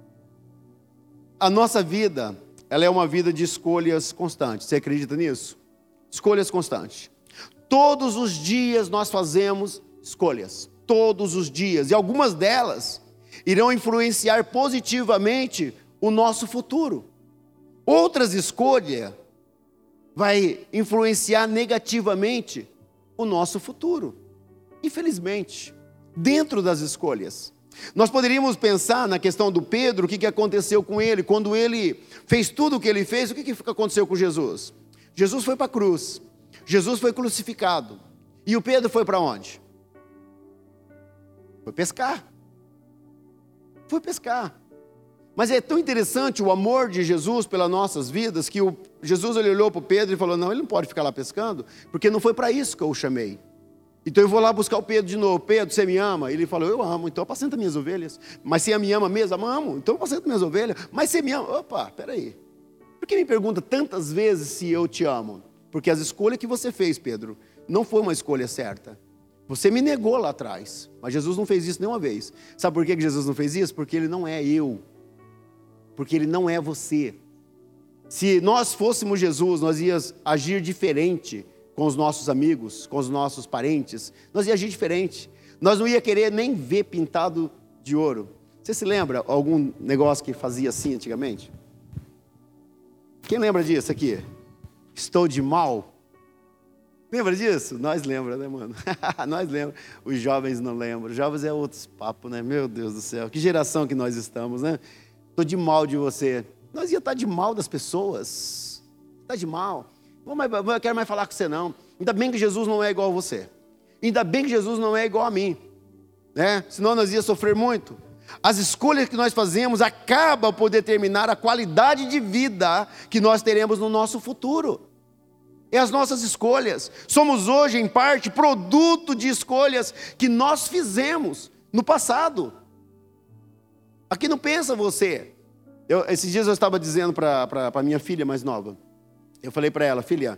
A nossa vida, ela é uma vida de escolhas constantes. Você acredita nisso? Escolhas constantes. Todos os dias nós fazemos escolhas. Todos os dias. E algumas delas irão influenciar positivamente o nosso futuro. Outras escolhas vai influenciar negativamente o nosso futuro. Infelizmente, dentro das escolhas. Nós poderíamos pensar na questão do Pedro, o que, que aconteceu com ele, quando ele fez tudo o que ele fez, o que, que aconteceu com Jesus? Jesus foi para a cruz, Jesus foi crucificado, e o Pedro foi para onde? Foi pescar. foi pescar. Mas é tão interessante o amor de Jesus pelas nossas vidas, que o, Jesus ele olhou para o Pedro e falou, não, ele não pode ficar lá pescando, porque não foi para isso que eu o chamei. Então eu vou lá buscar o Pedro de novo. Pedro, você me ama? Ele falou, eu amo, então apacenta minhas ovelhas. Mas você me ama mesmo? Amo, então apacenta minhas ovelhas. Mas você me ama? Opa, peraí. Por que me pergunta tantas vezes se eu te amo? Porque as escolhas que você fez, Pedro, não foi uma escolha certa. Você me negou lá atrás, mas Jesus não fez isso nenhuma vez. Sabe por que Jesus não fez isso? Porque ele não é eu. Porque ele não é você. Se nós fôssemos Jesus, nós íamos agir diferente com os nossos amigos, com os nossos parentes. Nós íamos agir diferente. Nós não ia querer nem ver pintado de ouro. Você se lembra algum negócio que fazia assim antigamente? Quem lembra disso aqui? Estou de mal. Lembra disso? Nós lembra, né, mano? Nós lembra. Os jovens não lembram. Os jovens é outros papos, né? Meu Deus do céu. Que geração que nós estamos, né? Estou de mal de você. Nós ia estar de mal das pessoas. Está de mal. Eu quero mais falar com você não. Ainda bem que Jesus não é igual a você. Ainda bem que Jesus não é igual a mim. Né? Senão nós ia sofrer muito. As escolhas que nós fazemos acabam por determinar a qualidade de vida que nós teremos no nosso futuro. É as nossas escolhas. Somos hoje, em parte, produto de escolhas que nós fizemos no passado. Aqui não pensa você. Eu, esses dias eu estava dizendo para a minha filha mais nova. Eu falei para ela, filha,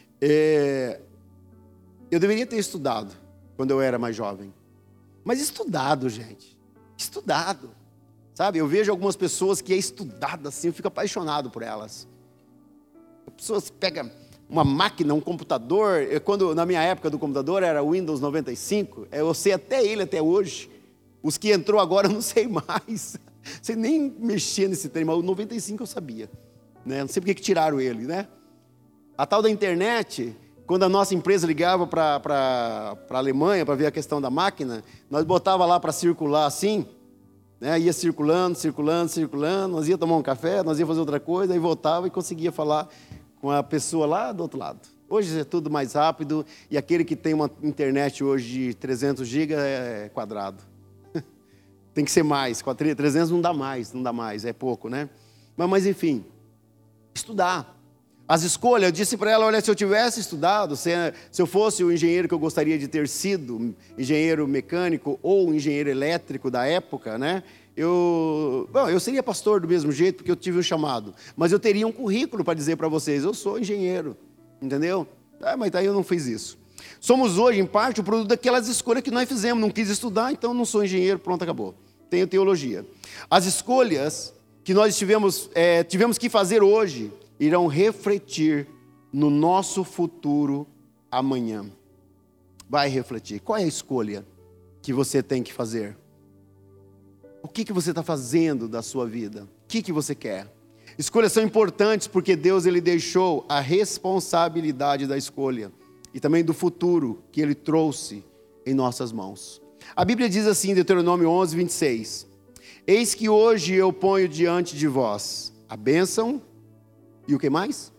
é, eu deveria ter estudado quando eu era mais jovem. Mas estudado, gente. Estudado. Sabe, eu vejo algumas pessoas que é estudado assim, eu fico apaixonado por elas. As pessoas pegam uma máquina, um computador. Eu, quando, na minha época do computador era o Windows noventa e cinco. Eu sei até ele até hoje. Os que entrou agora eu não sei mais. Você nem mexia nesse trem, mas o noventa e cinco eu sabia. Né? Não sei porque que tiraram ele, né? A tal da internet, quando a nossa empresa ligava para a Alemanha para ver a questão da máquina, nós botava lá para circular assim, né? Ia circulando, circulando, circulando, nós ia tomar um café, nós ia fazer outra coisa, aí voltava e conseguia falar com a pessoa lá do outro lado. Hoje é tudo mais rápido e aquele que tem uma internet hoje de trezentos gigas é quadrado. Tem que ser mais, trezentos não dá mais, não dá mais, é pouco, né? Mas, mas enfim, estudar. As escolhas, eu disse para ela, olha, se eu tivesse estudado, se, se eu fosse o engenheiro que eu gostaria de ter sido, engenheiro mecânico ou engenheiro elétrico da época, né? Eu, bom, eu seria pastor do mesmo jeito, porque eu tive um chamado. Mas eu teria um currículo para dizer para vocês, eu sou engenheiro, entendeu? Ah, mas daí eu não fiz isso. Somos hoje, em parte, o produto daquelas escolhas que nós fizemos. Não quis estudar, então não sou engenheiro, pronto, acabou. Tenho teologia. As escolhas que nós tivemos, é, tivemos que fazer hoje irão refletir no nosso futuro amanhã. Vai refletir. Qual é a escolha que você tem que fazer? O que, que você está fazendo da sua vida? O que, que você quer? Escolhas são importantes porque Deus ele deixou a responsabilidade da escolha e também do futuro que Ele trouxe em nossas mãos. A Bíblia diz assim, Deuteronômio onze, vinte e seis. Eis que hoje eu ponho diante de vós a bênção e o que mais?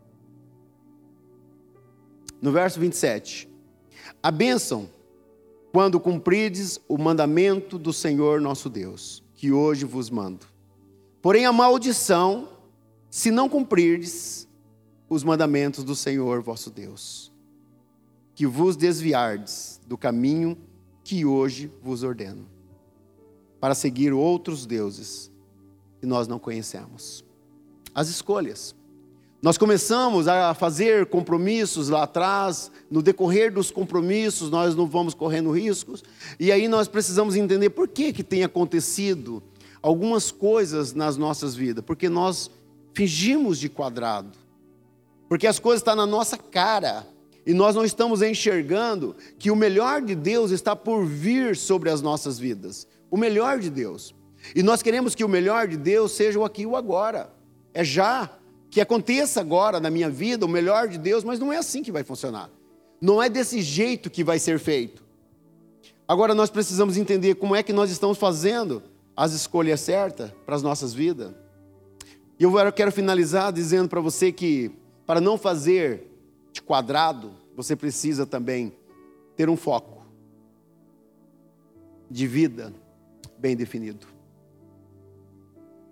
No verso vinte e sete. A bênção, quando cumprides o mandamento do Senhor nosso Deus, que hoje vos mando. Porém a maldição, se não cumprirdes os mandamentos do Senhor vosso Deus, que vos desviardes do caminho que hoje vos ordeno, para seguir outros deuses que nós não conhecemos. As escolhas. Nós começamos a fazer compromissos lá atrás, no decorrer dos compromissos nós não vamos correndo riscos, e aí nós precisamos entender por que que tem acontecido algumas coisas nas nossas vidas, porque nós fingimos de quadrado, porque as coisas estão na nossa cara, e nós não estamos enxergando que o melhor de Deus está por vir sobre as nossas vidas. O melhor de Deus. E nós queremos que o melhor de Deus seja o aqui e o agora. É já. Que aconteça agora na minha vida o melhor de Deus, mas não é assim que vai funcionar. Não é desse jeito que vai ser feito. Agora nós precisamos entender como é que nós estamos fazendo as escolhas certas para as nossas vidas. E eu quero finalizar dizendo para você que para não fazer de quadrado, você precisa também ter um foco de vida bem definido.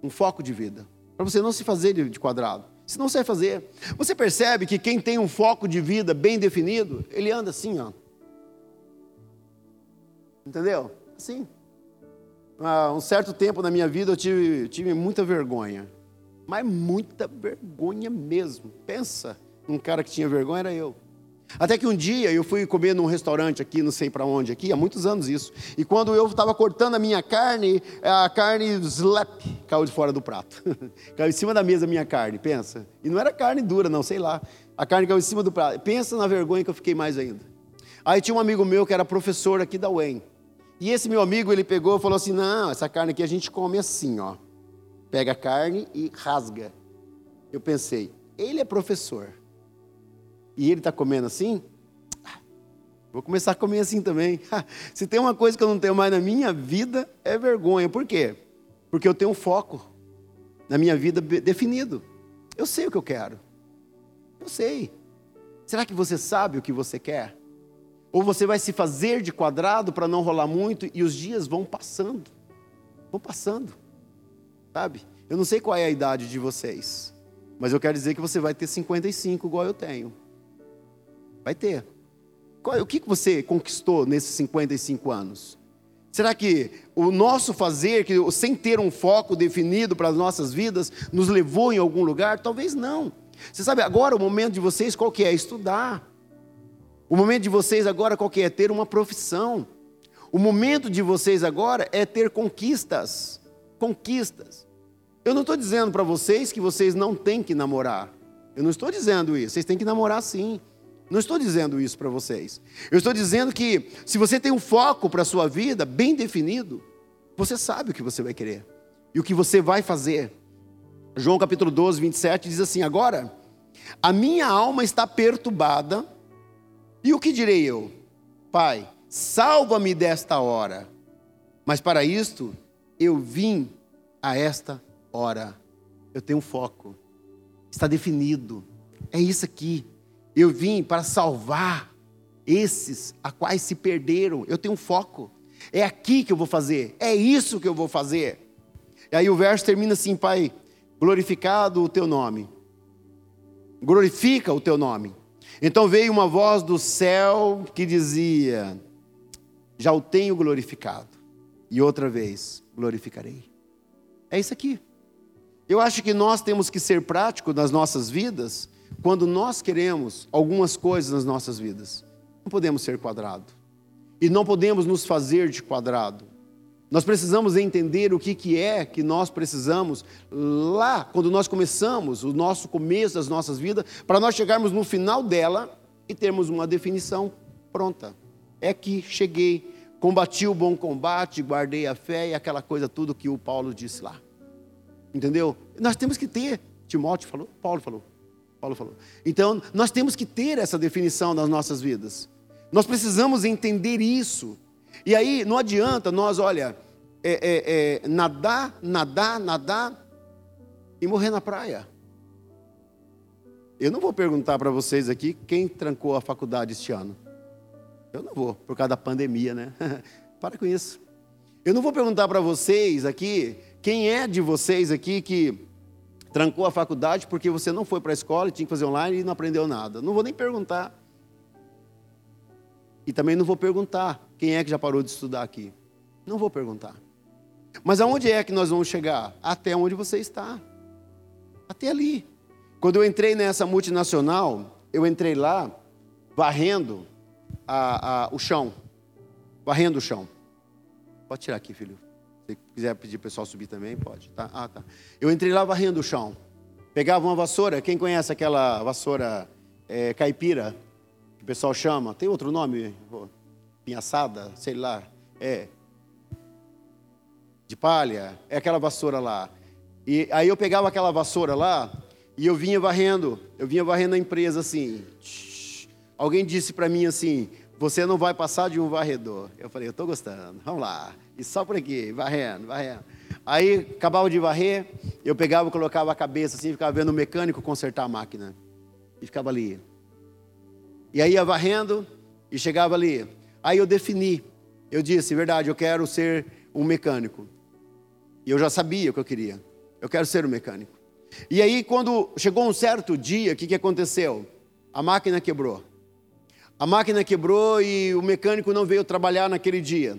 um foco de vida. Para você não se fazer de quadrado. Senão você vai fazer. Você percebe que quem tem um foco de vida bem definido, ele anda assim, ó. Entendeu? Assim. Há um certo tempo na minha vida eu tive, tive muita vergonha. Mas muita vergonha mesmo. Pensa, um cara que tinha vergonha era eu. Até que um dia eu fui comer num restaurante aqui, não sei para onde aqui, há muitos anos isso. E quando eu estava cortando a minha carne, a carne slap, caiu de fora do prato. Caiu em cima da mesa a minha carne, pensa. E não era carne dura não, sei lá. A carne caiu em cima do prato. Pensa na vergonha que eu fiquei mais ainda. Aí tinha um amigo meu que era professor aqui da U E M. E esse meu amigo, ele pegou e falou assim, não, essa carne aqui a gente come assim, ó. Pega a carne e rasga. Eu pensei, ele é professor. E ele está comendo assim? Vou começar a comer assim também. Se tem uma coisa que eu não tenho mais na minha vida, é vergonha. Por quê? Porque eu tenho um foco na minha vida definido. Eu sei o que eu quero. Eu sei. Será que você sabe o que você quer? Ou você vai se fazer de quadrado para não rolar muito e os dias vão passando. Vão passando. Sabe? Eu não sei qual é a idade de vocês. Mas eu quero dizer que você vai ter cinquenta e cinco igual eu tenho. Vai ter. O que você conquistou nesses cinquenta e cinco anos? Será que o nosso fazer, que sem ter um foco definido para as nossas vidas, nos levou em algum lugar? Talvez não. Você sabe, agora o momento de vocês qual que é? Estudar. O momento de vocês agora qual que é? Ter uma profissão. O momento de vocês agora é ter conquistas. Conquistas. Eu não estou dizendo para vocês que vocês não têm que namorar. Eu não estou dizendo isso. Vocês têm que namorar sim. Não estou dizendo isso para vocês. Eu estou dizendo que se você tem um foco para a sua vida bem definido, você sabe o que você vai querer e o que você vai fazer. João capítulo doze, vinte e sete diz assim, agora, a minha alma está perturbada, e o que direi eu? Pai, salva-me desta hora. Mas para isto, eu vim a esta hora. Eu tenho um foco. Está definido. É isso aqui. Eu vim para salvar esses a quais se perderam. Eu tenho um foco. É aqui que eu vou fazer. É isso que eu vou fazer. E aí o verso termina assim, Pai, glorificado o teu nome. Glorifica o teu nome. Então veio uma voz do céu que dizia, já o tenho glorificado. E outra vez, glorificarei. É isso aqui. Eu acho que nós temos que ser práticos nas nossas vidas, quando nós queremos algumas coisas nas nossas vidas. Não podemos ser quadrado. E não podemos nos fazer de quadrado. Nós precisamos entender o que, que é que nós precisamos lá, quando nós começamos o nosso começo das nossas vidas, para nós chegarmos no final dela e termos uma definição pronta. É que cheguei, combati o bom combate, guardei a fé e aquela coisa tudo que o Paulo disse lá. Entendeu? Nós temos que ter, Timóteo falou, Paulo falou. Paulo falou. Então, nós temos que ter essa definição nas nossas vidas. Nós precisamos entender isso. E aí, não adianta nós, olha, é, é, é, nadar, nadar, nadar e morrer na praia. Eu não vou perguntar para vocês aqui quem trancou a faculdade este ano. Eu não vou, por causa da pandemia, né? Para com isso. Eu não vou perguntar para vocês aqui, quem é de vocês aqui que trancou a faculdade porque você não foi para a escola e tinha que fazer online e não aprendeu nada. Não vou nem perguntar. E também não vou perguntar quem é que já parou de estudar aqui. Não vou perguntar. Mas aonde é que nós vamos chegar? Até onde você está. Até ali. Quando eu entrei nessa multinacional, eu entrei lá varrendo a, a, o chão. Varrendo o chão. Pode tirar aqui, filho. Se quiser pedir para o pessoal subir também, pode. Tá? Ah, tá. Eu entrei lá varrendo o chão. Pegava uma vassoura. Quem conhece aquela vassoura é, caipira? Que o pessoal chama. Tem outro nome? Pinhaçada? Sei lá. É. De palha. É aquela vassoura lá. E aí eu pegava aquela vassoura lá e eu vinha varrendo. Eu vinha varrendo a empresa assim. Alguém disse para mim assim, você não vai passar de um varredor. Eu falei, eu estou gostando. Vamos lá. E só por aqui, varrendo, varrendo. Aí, acabava de varrer, eu pegava, colocava a cabeça assim, ficava vendo o mecânico consertar a máquina. E ficava ali. E aí ia varrendo e chegava ali. Aí eu defini. Eu disse, verdade, eu quero ser um mecânico. E eu já sabia o que eu queria. Eu quero ser um mecânico. E aí, quando chegou um certo dia, o que, que aconteceu? A máquina quebrou. A máquina quebrou e o mecânico não veio trabalhar naquele dia.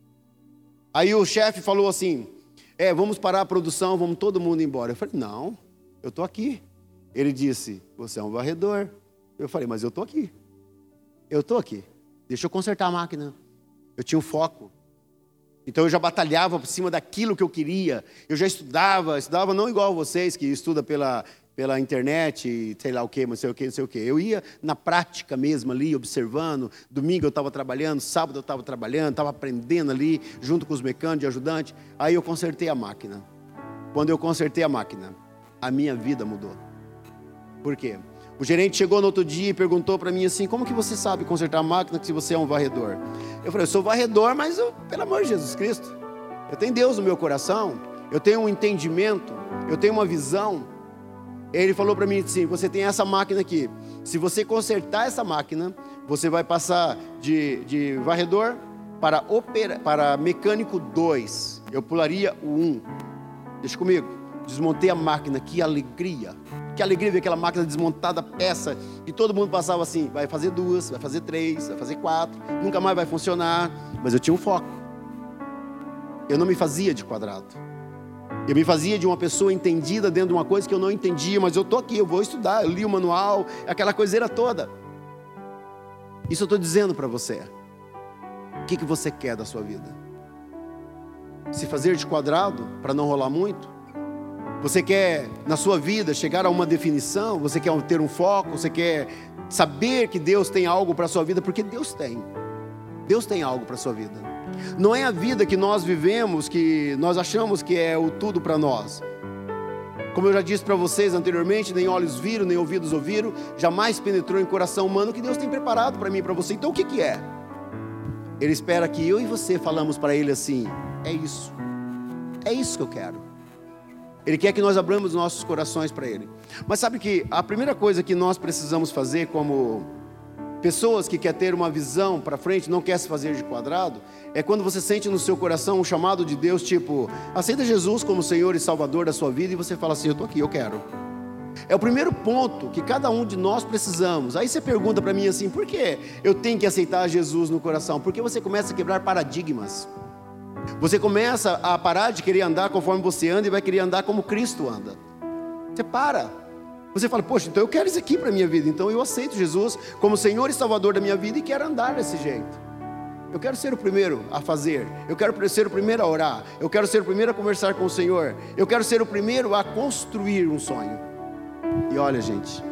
Aí o chefe falou assim, é, vamos parar a produção, vamos todo mundo embora. Eu falei, não, eu estou aqui. Ele disse, você é um varredor. Eu falei, mas eu estou aqui. Eu estou aqui. Deixa eu consertar a máquina. Eu tinha um foco. Então eu já batalhava por cima daquilo que eu queria. Eu já estudava, estudava não igual vocês que estudam pela, pela internet, sei lá o que, não sei o que, não sei o que. Eu ia na prática mesmo ali, observando. Domingo eu estava trabalhando, sábado eu estava trabalhando, estava aprendendo ali, junto com os mecânicos de ajudante. Aí eu consertei a máquina. Quando eu consertei a máquina, a minha vida mudou. Por quê? O gerente chegou no outro dia e perguntou para mim assim, como que você sabe consertar a máquina se você é um varredor? Eu falei, eu sou varredor, mas eu, pelo amor de Jesus Cristo, eu tenho Deus no meu coração, eu tenho um entendimento, eu tenho uma visão. Ele falou para mim assim, você tem essa máquina aqui, se você consertar essa máquina, você vai passar de, de varredor para, opera, para mecânico dois, eu pularia o um. Deixa comigo, desmontei a máquina, que alegria. Que alegria ver aquela máquina desmontada, peça, e todo mundo passava assim, vai fazer duas, vai fazer três, vai fazer quatro, nunca mais vai funcionar, mas eu tinha um foco. Eu não me fazia de quadrado. Eu me fazia de uma pessoa entendida dentro de uma coisa que eu não entendia, mas eu estou aqui, eu vou estudar, eu li o manual, aquela coiseira toda. Isso eu estou dizendo para você. O que, que você quer da sua vida? Se fazer de quadrado, para não rolar muito? Você quer, na sua vida, chegar a uma definição? Você quer ter um foco? Você quer saber que Deus tem algo para a sua vida? Porque Deus tem. Deus tem algo para a sua vida. Não é a vida que nós vivemos, que nós achamos que é o tudo para nós. Como eu já disse para vocês anteriormente, nem olhos viram, nem ouvidos ouviram, jamais penetrou em coração humano que Deus tem preparado para mim e para você. Então o que que é? Ele espera que eu e você falamos para Ele assim, é isso. É isso que eu quero. Ele quer que nós abramos nossos corações para Ele. Mas sabe que a primeira coisa que nós precisamos fazer como pessoas que querem ter uma visão para frente, não quer se fazer de quadrado, é quando você sente no seu coração um chamado de Deus, tipo, aceita Jesus como Senhor e Salvador da sua vida, e você fala assim, eu estou aqui, eu quero. É o primeiro ponto que cada um de nós precisamos. Aí você pergunta para mim assim, por que eu tenho que aceitar Jesus no coração? Porque você começa a quebrar paradigmas. Você começa a parar de querer andar conforme você anda e vai querer andar como Cristo anda. Você para. Você fala, poxa, então eu quero isso aqui para a minha vida. Então eu aceito Jesus como Senhor e Salvador da minha vida e quero andar desse jeito. Eu quero ser o primeiro a fazer. Eu quero ser o primeiro a orar. Eu quero ser o primeiro a conversar com o Senhor. Eu quero ser o primeiro a construir um sonho. E olha, gente,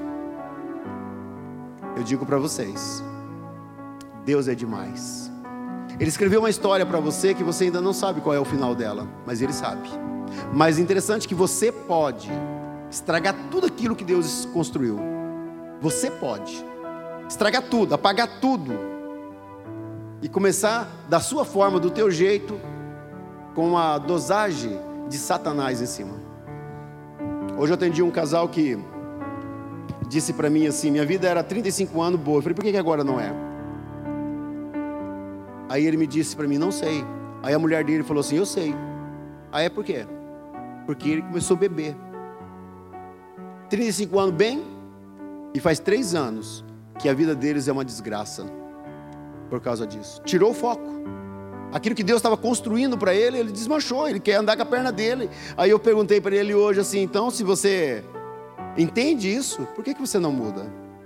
eu digo para vocês, Deus é demais. Ele escreveu uma história para você que você ainda não sabe qual é o final dela, mas Ele sabe. Mas interessante que você pode estragar tudo aquilo que Deus construiu. Você pode estragar tudo, apagar tudo e começar da sua forma, do teu jeito, com a dosagem de Satanás em cima. Hoje eu atendi um casal que disse para mim assim, minha vida era trinta e cinco anos boa. Eu falei, por que que agora não é? Aí ele me disse para mim, não sei. Aí a mulher dele falou assim, eu sei. Aí é por quê? Porque ele começou a beber. trinta e cinco anos bem, e faz três anos que a vida deles é uma desgraça por causa disso. Tirou o foco. Aquilo que Deus estava construindo para ele, ele desmanchou, ele quer andar com a perna dele. Aí eu perguntei para ele hoje assim, então se você entende isso, por que que você não muda?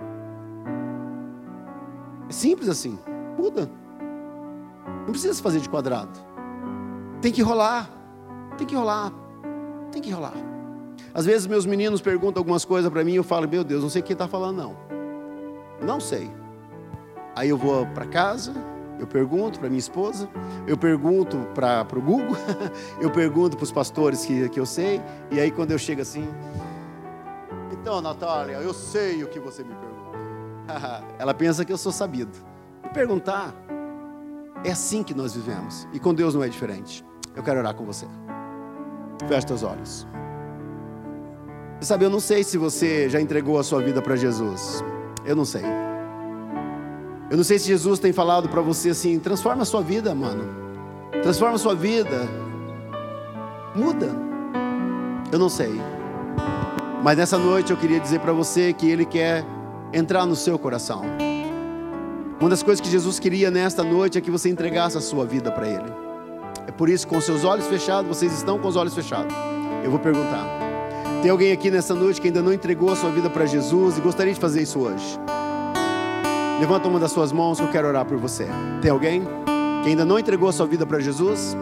É simples assim, muda. Não precisa se fazer de quadrado. Tem que rolar. Tem que rolar. Tem que rolar. Às vezes meus meninos perguntam algumas coisas para mim e eu falo, meu Deus, não sei o que está falando não. Não sei. Aí eu vou para casa, eu pergunto para minha esposa, eu pergunto para o Google, eu pergunto para os pastores que, que eu sei, e aí quando eu chego assim, então Natália, eu sei o que você me pergunta. Ela pensa que eu sou sabido. E perguntar, é assim que nós vivemos, e com Deus não é diferente. Eu quero orar com você. Feche teus olhos. Você sabe, eu não sei se você já entregou a sua vida para Jesus. Eu não sei. Eu não sei se Jesus tem falado para você assim, transforma a sua vida, mano. Transforma a sua vida. Muda. Eu não sei. Mas nessa noite eu queria dizer para você que Ele quer entrar no seu coração. Uma das coisas que Jesus queria nesta noite é que você entregasse a sua vida para Ele. É por isso, com seus olhos fechados, vocês estão com os olhos fechados. Eu vou perguntar: tem alguém aqui nessa noite que ainda não entregou a sua vida para Jesus e gostaria de fazer isso hoje? Levanta uma das suas mãos que eu quero orar por você. Tem alguém que ainda não entregou a sua vida para Jesus?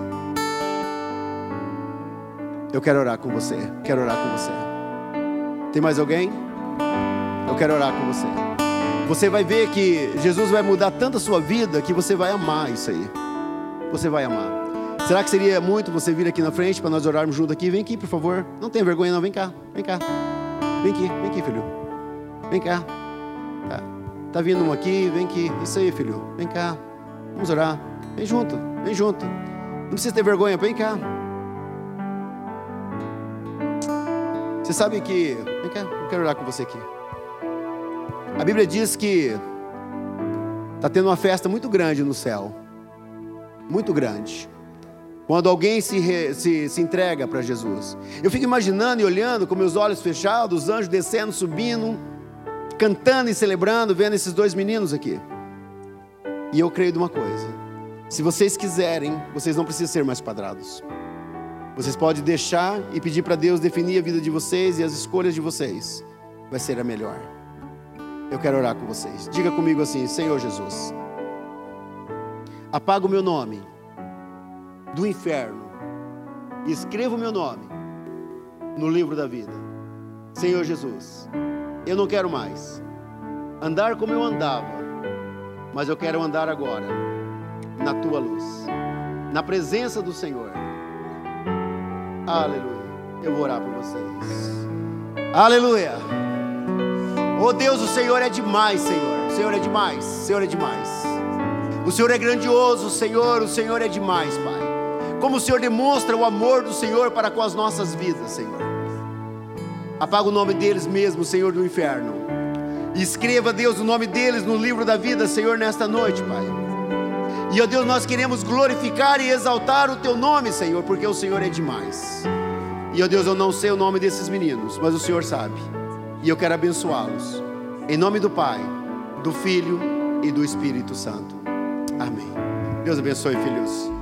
Eu quero orar com você. Quero orar com você. Tem mais alguém? Eu quero orar com você. Você vai ver que Jesus vai mudar tanto a sua vida que você vai amar isso aí. Você vai amar. Será que seria muito você vir aqui na frente para nós orarmos junto aqui? Vem aqui, por favor. Não tenha vergonha não, vem cá. Vem cá. Vem aqui, vem aqui, filho. Vem cá. Tá, tá vindo um aqui, vem aqui. Isso aí, filho. Vem cá. Vamos orar. Vem junto, vem junto. Não precisa ter vergonha, vem cá. Você sabe que... Vem cá, eu quero orar com você aqui. A Bíblia diz que está tendo uma festa muito grande no céu. Muito grande. Quando alguém se, re, se, se entrega para Jesus. Eu fico imaginando e olhando com meus olhos fechados, os anjos descendo, subindo, cantando e celebrando, vendo esses dois meninos aqui. E eu creio de uma coisa: se vocês quiserem, vocês não precisam ser mais quadrados. Vocês podem deixar e pedir para Deus definir a vida de vocês, e as escolhas de vocês vai ser a melhor. Eu quero orar com vocês. Diga comigo assim: Senhor Jesus, apaga o meu nome do inferno e escreva o meu nome no livro da vida. Senhor Jesus, eu não quero mais andar como eu andava, mas eu quero andar agora na tua luz, na presença do Senhor. Aleluia. Eu vou orar por vocês. Aleluia. Oh Deus, o Senhor é demais, Senhor. O Senhor é demais, o Senhor é demais. O Senhor é grandioso, Senhor. O Senhor é demais, Pai. Como o Senhor demonstra o amor do Senhor para com as nossas vidas, Senhor. Apaga o nome deles mesmo, Senhor, do inferno. E escreva, Deus, o nome deles no livro da vida, Senhor, nesta noite, Pai. E, ó Deus, nós queremos glorificar e exaltar o Teu nome, Senhor, porque o Senhor é demais. E, ó Deus, eu não sei o nome desses meninos, mas o Senhor sabe. E eu quero abençoá-los. Em nome do Pai, do Filho e do Espírito Santo. Amém. Deus abençoe, filhos.